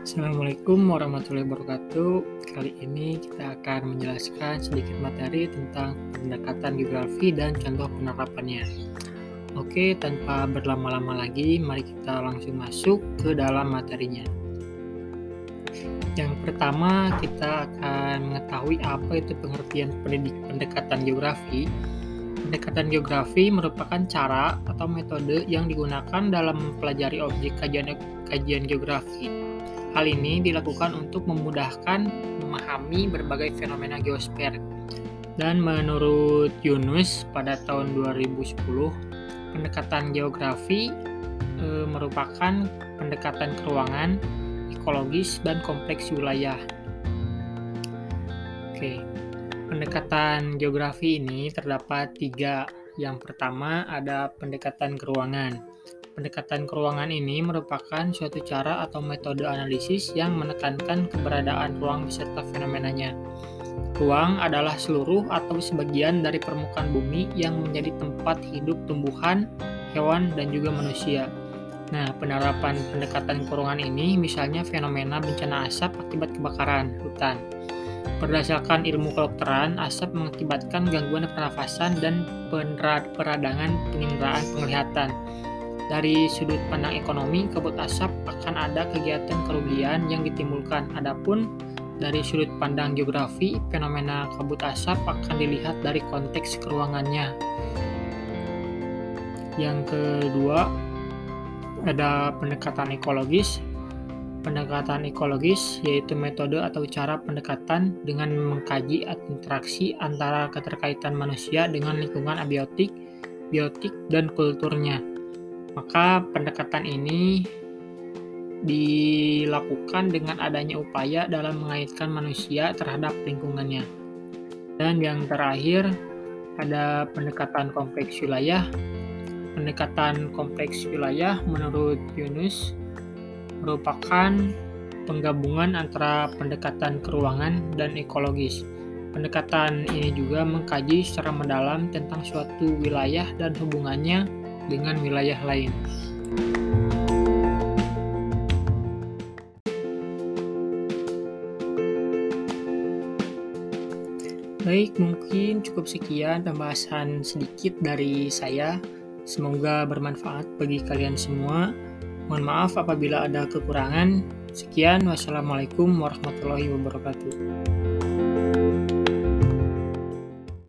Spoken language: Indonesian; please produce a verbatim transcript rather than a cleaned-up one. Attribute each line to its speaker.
Speaker 1: Assalamualaikum warahmatullahi wabarakatuh. Kali ini kita akan menjelaskan sedikit materi tentang pendekatan geografi dan contoh penerapannya. Oke, tanpa berlama-lama lagi, mari kita langsung masuk ke dalam materinya. Yang pertama, kita akan mengetahui apa itu pengertian pendidik pendekatan geografi. Pendekatan geografi merupakan cara atau metode yang digunakan dalam mempelajari objek kajian, kajian geografi. Hal ini dilakukan untuk memudahkan memahami berbagai fenomena geosfer. Dan menurut Yunus pada tahun dua ribu sepuluh, pendekatan geografi e, merupakan pendekatan keruangan, ekologis, dan kompleks wilayah. Oke, pendekatan geografi ini terdapat tiga. Yang pertama ada pendekatan keruangan. Pendekatan keruangan ini merupakan suatu cara atau metode analisis yang menekankan keberadaan ruang beserta fenomenanya. Ruang adalah seluruh atau sebagian dari permukaan bumi yang menjadi tempat hidup tumbuhan, hewan, dan juga manusia. Nah, penerapan pendekatan keruangan ini misalnya fenomena bencana asap akibat kebakaran hutan. Berdasarkan ilmu kedokteran, asap mengakibatkan gangguan pernafasan dan peradangan penginderaan penglihatan. Dari sudut pandang ekonomi, kabut asap akan ada kegiatan kerugian yang ditimbulkan. Adapun dari sudut pandang geografi, fenomena kabut asap akan dilihat dari konteks keruangannya. Yang kedua, ada pendekatan ekologis. Pendekatan ekologis yaitu metode atau cara pendekatan dengan mengkaji interaksi antara keterkaitan manusia dengan lingkungan abiotik, biotik, dan kulturnya. Maka pendekatan ini dilakukan dengan adanya upaya dalam mengaitkan manusia terhadap lingkungannya. Dan yang terakhir ada pendekatan kompleks wilayah. Pendekatan kompleks wilayah menurut Yunus merupakan penggabungan antara pendekatan keruangan dan ekologis. Pendekatan ini juga mengkaji secara mendalam tentang suatu wilayah dan hubungannya dengan wilayah lain. Baik, mungkin cukup sekian pembahasan sedikit dari saya. Semoga bermanfaat bagi kalian semua. Mohon maaf apabila ada kekurangan. Sekian, wassalamualaikum warahmatullahi wabarakatuh.